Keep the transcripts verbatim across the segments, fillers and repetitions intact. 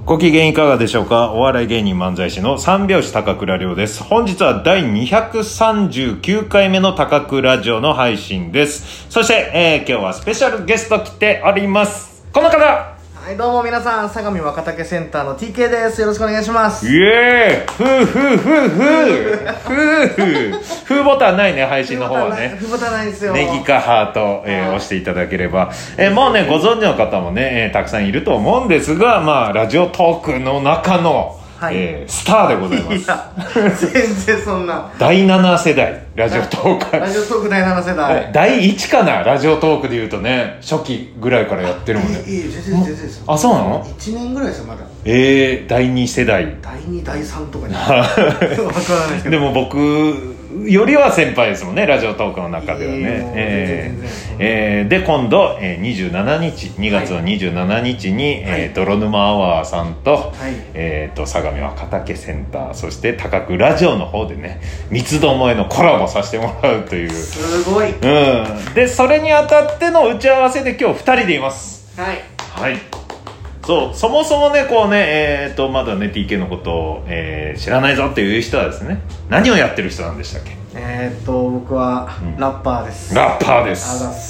ご機嫌いかがでしょうか。お笑い芸人漫才師の三拍子高倉涼です。本日はだいにひゃくさんじゅうきゅうかいめの高倉城の配信です。そして、えー、今日はスペシャルゲスト来ております。この方。 はい、どうも皆さん、相模若竹センターの ティーケー です。よろしくお願いします。 イエーイふーふーふーふーふーふーふーボタンないね、配信の方はね。 ふーボタンないんですよ。 ネギかハート、えー、押していただければ、えー、もうねご存知の方もね、えー、たくさんいると思うんですが、まあラジオトークの中の、はい、えー、スターでございます。いや全然そんなだいなな世代ラジオトークラジオトークだいなな世代だいいちかな。ラジオトークでいうとね、初期ぐらいからやってるもんね。 いい、全然全然です。 あ、そうなの。 いちねんぐらいですよまだ。 えー、だいに世代だいにだいさんとかに分からないですけど、 でも僕よりは先輩ですもんね、ラジオトークの中ではね。えーえー、で今度、えー、にじゅうしちにちにがつのにじゅうしちにちに、はい、えー、泥沼アワーさんと、はい、えー、と相模若竹センター、そして高倉ラジオの方でね、三つどもえのコラボさせてもらうという。 すごい、 うん、でそれにあたっての打ち合わせで今日ふたりでいます。 はい、 はい、そうそもそもねこうね、えー、とまだね ティーケー のことを、えー、知らないぞっていう人はですね、何をやってる人なんでしたっけ。 えー、っと僕はラッパーです、 うん、ラッパーです。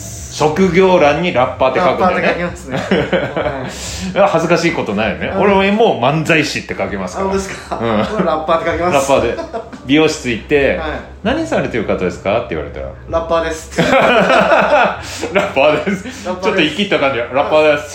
職業欄にラッパーって書くんだよね。 ラッパーって書きますね、 はい、恥ずかしいことないよね。俺もう漫才師って書きますから。 あ、そうですか、うん、ラッパーって書きます。 ラッパーで美容室行って、はい、何されてる方ですかって言われたら、 ラッパーですラッパーです。ちょっと言い切った感じでラッパー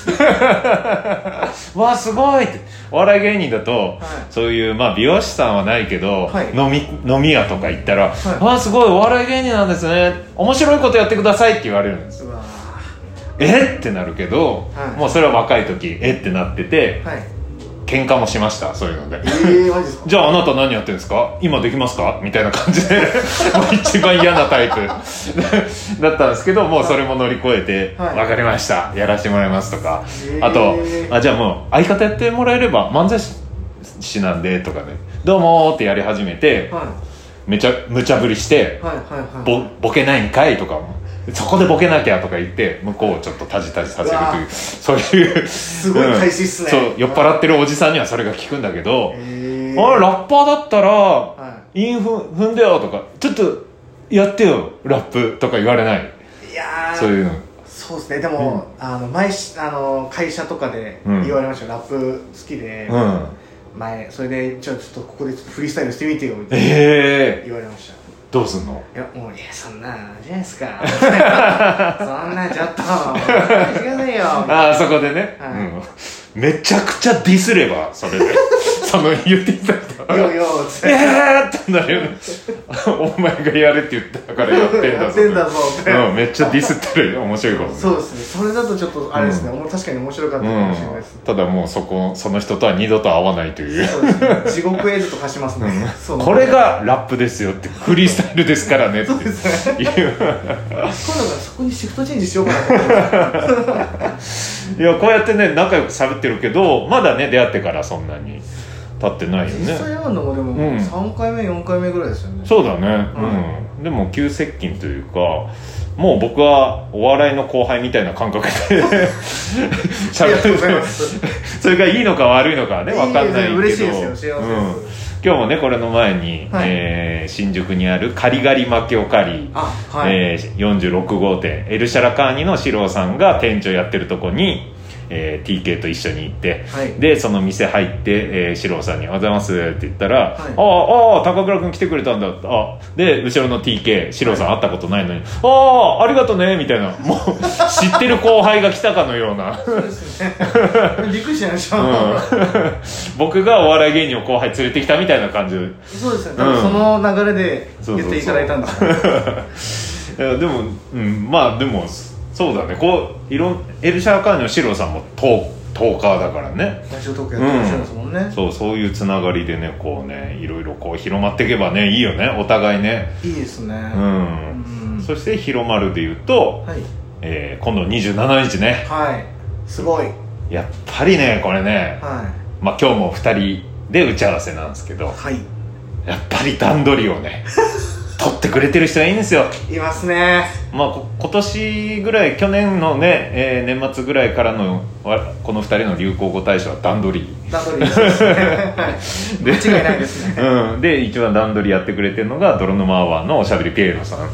ですわあすごいって。お笑い芸人だと、はい、そういう、まあ、美容師さんはないけど、はい、飲み飲み屋とか行ったら、はい、わあすごいお笑い芸人なんですね、面白いことやってくださいって言われるんです。うわえってなるけど、はい、もうそれは若い時えってなってて、はい、喧嘩もしました、そういうので。えー、マジですか。じゃああなた何やってるんですか、今できますかみたいな感じでもう一番嫌なタイプだったんですけど、もうそれも乗り越えて、はい、分かりましたやらせてもらいますとか、えー、あとあじゃあもう相方やってもらえれば漫才師なんでとかね、どうもってやり始めて、はい、めちゃ無茶ぶりして、はいはいはい、ボ, ボケないんかいとかも、そこでボケなきゃとか言って向こうをちょっとタジタジさせるという、そういうすごい開始っすね、 うん、そう酔っ払ってるおじさんにはそれが効くんだけど、あれラッパーだったら、はい、インフ踏んでよとか、ちょっとやってよラップとか言われない。 いやそういうの。 そうですね。でも、うん、あの前あの会社とかで言われましたよ、うん、ラップ好きで、うん、前それでちょっとここでちょっとフリースタイルしてみてよみたいな、えー、言われました。どうすんの。いやもういやそんなじゃないですかそんなちょっとしてくださいよああそこでね、はい、うん、めちゃくちゃディスればそれでその言ってきた人よよえーってなるよお前がやれって言ったからやってんだぞやってんだぞって、 うん、めっちゃディスってる面白いこと、ね、 そうですね。それだとちょっとあれですね、うん、確かに面白かったかもしれないです、 うん、ただもうそこその人とは二度と会わないという、 そうですね、地獄絵図と化しますね、うん、 そうこれがラップですよって、フリースタイルですからねってそうですね今度からそこにシフトチェンジしようかなと思っていやこうやってね仲良く喋ってるけど、まだね出会ってからそんなに経ってないよね。 実際会うのもでもさんかいめ、うん、よんかいめぐらいですよね。 そうだね、うん、でも急接近というか、もう僕はお笑いの後輩みたいな感覚で喋ってるそれがいいのか悪いのかはね分かんないけど、 嬉しいですよ、幸せです、うん、 今日もねこれの前に、はい、えー、新宿にあるカリガリマキオカリ、はい、えー、よんじゅうろくごうてんエルシャラカーニのシローさんが店長やってるとこに、えー、ティーケー と一緒に行って、はい、でその店入って、えー、シローさんにおはようございますって言ったら、はい、ああああ高倉君来てくれたんだ、あで後ろの ティーケー シローさん会ったことないのに、はい、ああありがとねみたいな、もう知ってる後輩が来たかのようなそうですねびっくりしちゃいました、うん、 僕がお笑い芸人を後輩連れてきたみたいな感じで。 そうですね、多分その流れで言っていただいたんですかね。 でも、うん、まあでもそうだね、こういろエルシャーカーニのシローさんもトートーカーだからね、 ラジオトークやってらっしゃるんですもんね、うん、 そうそういうつながりでねこうねいろいろこう広まっていけばねいいよね、お互いね。 いいですね、 うん、うん、そして広まるでいうと、はい、えー、今度にじゅうしちにちね、 はい、すごいやっぱりねこれね、はい、まあ、今日もふたりで打ち合わせなんですけど、 はい、 やっぱり段取りをね撮ってくれてる人がいいんですよ。 いますね。 まあ今年ぐらい、去年のね、えー、年末ぐらいからのこのふたりの流行語大賞は段取り段取りですねで間違いないですね、 うん、で一番段取りやってくれてるのが泥沼アワーのおしゃべりピエロさん。 はい、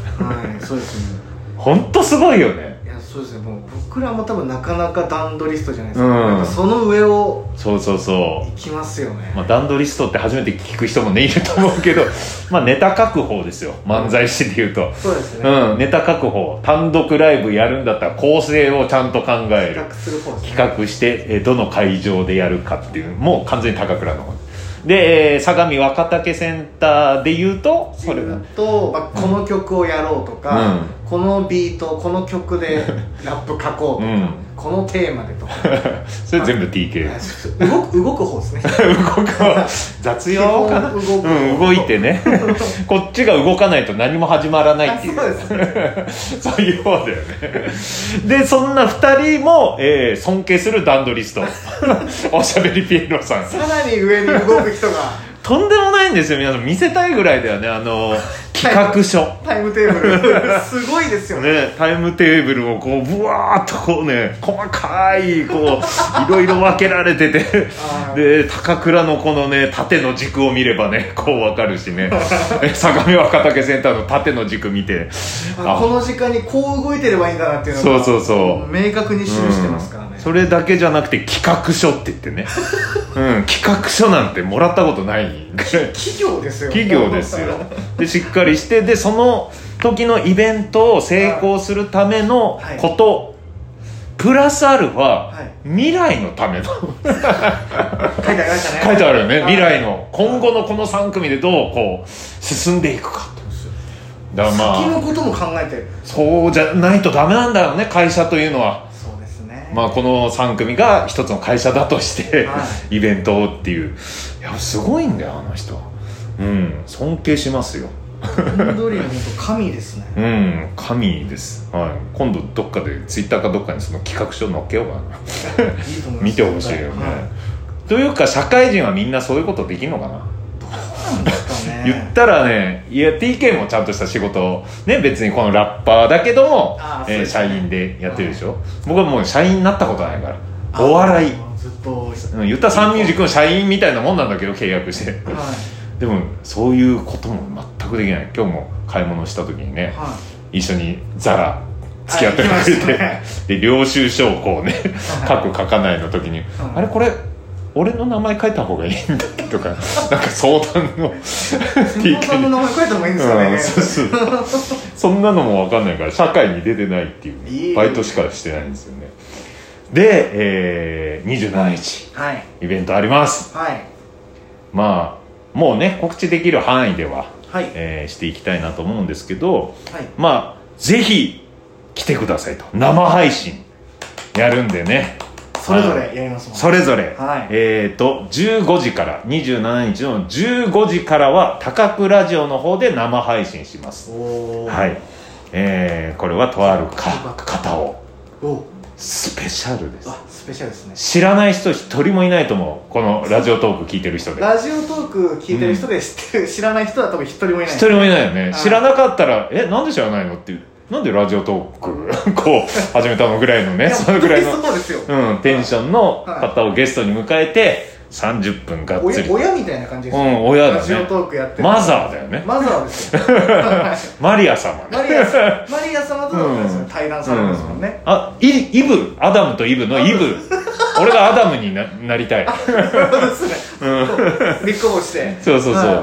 そうですね。 本当すごいよね。 いや、そうですね。もう僕らも多分なかなか段取りストじゃないですか、うん、その上をそうそうそういきますよね。 まあ、段取りストって初めて聞く人もねいると思うけどまあネタ確保ですよ、漫才師でいうと。 そうですね、 うん、ネタ確保、単独ライブやるんだったら構成をちゃんと考える、 企画する方ですね。 企画してえどの会場でやるかっていう、もう完全に高倉の方で、えー、相模若竹センターでいうとそれと、まあ、この曲をやろうとか、うん、このビートこの曲でラップ書こうとか、うん、このテーマでとかそれ全部 ティーケー動く動く方ですね動く方雑用かな、動く、うん、動いてねこっちが動かないと何も始まらないっていうそうですねそういう方だよねでそんなふたりも、えー、尊敬する段取りストおしゃべりピエロさん、 さらに上に動く人がとんでもないんですよ。皆さん見せたいぐらいだよね、あの企画書タイムテーブルすごいですよ ね, ねタイムテーブルをこうブワーっとこうね、細かいこういろいろ分けられててで高倉のこのね縦の軸を見ればねこう分かるしね相模若竹センターの縦の軸見てあこの時間にこう動いてればいいんだなっていうのがそうそうそう明確に記してますからね、 うん、それだけじゃなくて企画書って言ってね、うん、企画書なんてもらったことない企業ですよ企業ですよでしっかりしてでその時のイベントを成功するためのこと、はい、プラスアルファ、はい、未来のための書いてありましたね書いてあるよね、未来の今後のこのさん組でどうこう進んでいくかと。 だからまあ先のことも考えてる。 そうじゃないとダメなんだよね、会社というのは。 そうですね。 まあこのさん組が一つの会社だとして、はい、イベントをっていう、いやすごいんだよあの人は。うん尊敬しますよ。 段取りは本当神ですね。 うん神です、はい、今度どっかでツイッターかどっかにその企画書載っけようかな見てほしいよね、はい、というか社会人はみんなそういうことできるのかな。どうなんですかね言ったらね、いや ティーケー もちゃんとした仕事をね、別にこのラッパーだけども、えー、社員でやってるでしょ、はい、僕はもう社員になったことないから、お笑いずっと、 うん、言ったらサンミュージックの社員みたいなもんなんだけど契約して、はい、でもそういうことも全くできない。今日も買い物した時にね、はい、一緒にザラ付き合ってくれて、ね、で領収書をこうね、はい、書く書かないの時に、はい、あれこれ俺の名前書いた方がいいんだっけとかなんか相談の相談の名前書いた方がいいんですかね、うん、そうそうそんなのも分かんないから社会に出てないっていうバイトしかしてないんですよね。で、えー、にじゅうしちにち、はい、イベントあります、はい、まあもうね告知できる範囲では、はい、えー、していきたいなと思うんですけど、はい、まあぜひ来てくださいと。生配信やるんでね、 それぞれやりますもんね。 それぞれ、はい、えーとじゅうごじからにじゅうしちにちのじゅうごじからは高久ラジオの方で生配信します。はい、えー、これはとあるか方をスペシャルです。 あ、スペシャルですね。 知らない人一人もいないと思う、このラジオトーク聞いてる人で。 ラジオトーク聞いてる人で知ってる、うん、知らない人は多分一人もいない、 一人もいないよね。知らなかったらえなんで知らないのっていう、なんでラジオトークこう始めたのぐらいのね、そのぐらいの、 そうですよ、 うん、テンションの方をゲストに迎えてさんじゅっぷんがっつり、 親みたいな感じですね、 うん、親だね、 ラジオトークやってるマザーだよね、 マザーですよマリア様ね、 マリア様マリア様と、うん、対談されますもんね、 うん、あイイブアダムとイブのイブ俺がアダムに な, なりたいなるほどですね、 うん、立候補してそうそうそう、はい、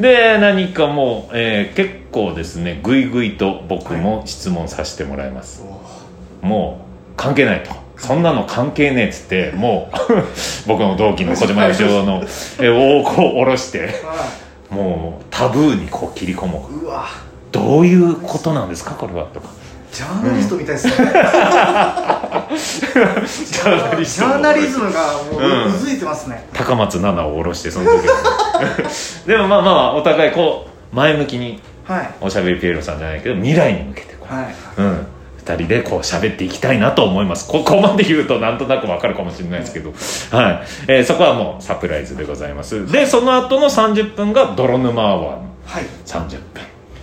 で何かもう、えー、結構ですねぐいぐいと僕も質問させてもらいます、はい、もう関係ないと、そんなの関係ねえっつってもう僕の同期の小島よしおのえをこう下ろして、はい、もうタブーにこう切り込もう。うわ、どういうことなんですかこれはとか、 ジャーナリストみたいですね、うん、ジャーナリストジャーナリズムがもう、うん、うずいてますね。 高松菜奈を下ろしてその時でもまあまあお互いこう前向きに、はい、おしゃべりピエロさんじゃないけど未来に向けてこう、はい、うん、ふたりでこう喋っていきたいなと思います。ここまで言うとなんとなく分かるかもしれないですけど、はい、えー、そこはもうサプライズでございます。でその後のさんじゅっぷんが泥沼アワーのさんじゅっぷん、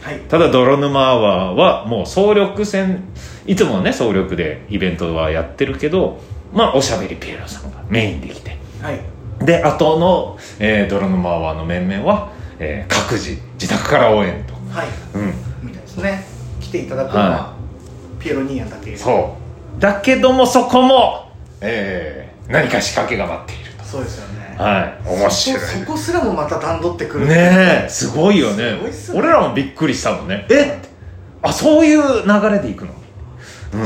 はい、 ただ泥沼アワーはもう総力戦、いつもね総力でイベントはやってるけど、まあおしゃべりピエロさんがメインで来て、 はい、 で後の、えー、泥沼アワーの面々は、えー、各自自宅から応援と、 はい、 うん、 みたいですね。来ていただくのは、はい、ピエロニーヤンだけ。 そうだけどもそこも、えー、何か仕掛けが待っていると。 そうですよね。 はい、面白い。 そこ、そこすらもまた段取ってくるねえ、すごいよね。すごいっすね。俺らもびっくりしたもんね。え、あ、そういう流れでいくの。うん、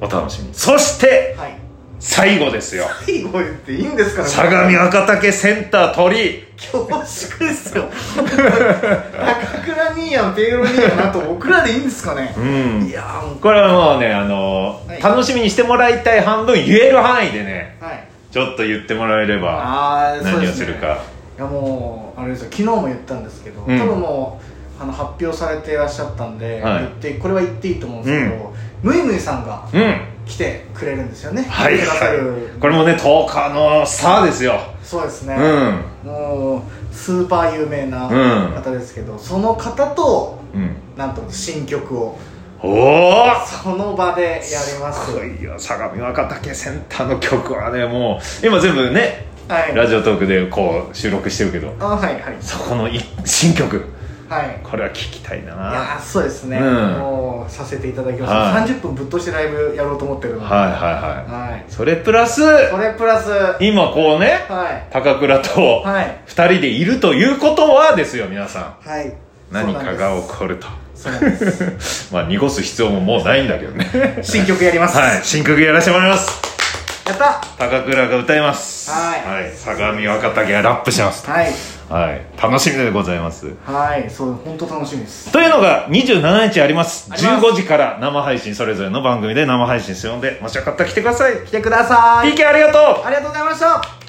お楽しみに。そして、はい、最後ですよ。 最後言っていいんですかね。 相模若竹センター鳥恐縮ですよ。高倉兄やんペイロ兄やんなと僕らでいいんですかね。 うん、いやこれはもうね、あのーはい、楽しみにしてもらいたい半分言える範囲でね、はい、ちょっと言ってもらえれば何をするか。ね、 いやもうあれですよ、昨日も言ったんですけど、うん、多分もうあの発表されていらっしゃったんで、はい、言ってこれは言っていいと思うんですけど、うん、ムイムイさんが、うん来てくれるんですよね。 はい、はい、これもねとおかのスターですよ。 そうですね、うん、もうスーパー有名な方ですけど、うん、その方と、うん、なんと新曲をおおその場でやります。 すごいよ、相模若竹センターの曲はね、もう今全部ね、はい、ラジオトークでこう収録してるけど、 あ、はいはい、 そこの新曲、 はい、 これは聞きたいな。 いやそうですね、うん、もうさせていただきました、はい、さんじゅっぷんぶっ通してライブやろうと思ってるので、 はいはいはい、はい、それプラスそれプラス今こうね、はい、高倉とふたりでいるということはですよ、皆さん、はい、何かが起こると。 そうなんですまあ濁す必要ももうないんだけどね。 新曲やります。 はい、新曲やらせてもらいます。 やった。 高倉が歌います。はい、はい、相模若竹がラップします。はい、はい、楽しみでございます。 はい、そう、本当楽しみです。 というのがにじゅうしちにちあります。じゅうごじから生配信、それぞれの番組で生配信するので、もしよかったら来てください。 来てください。 ピーケー ありがとう。 ありがとうございました。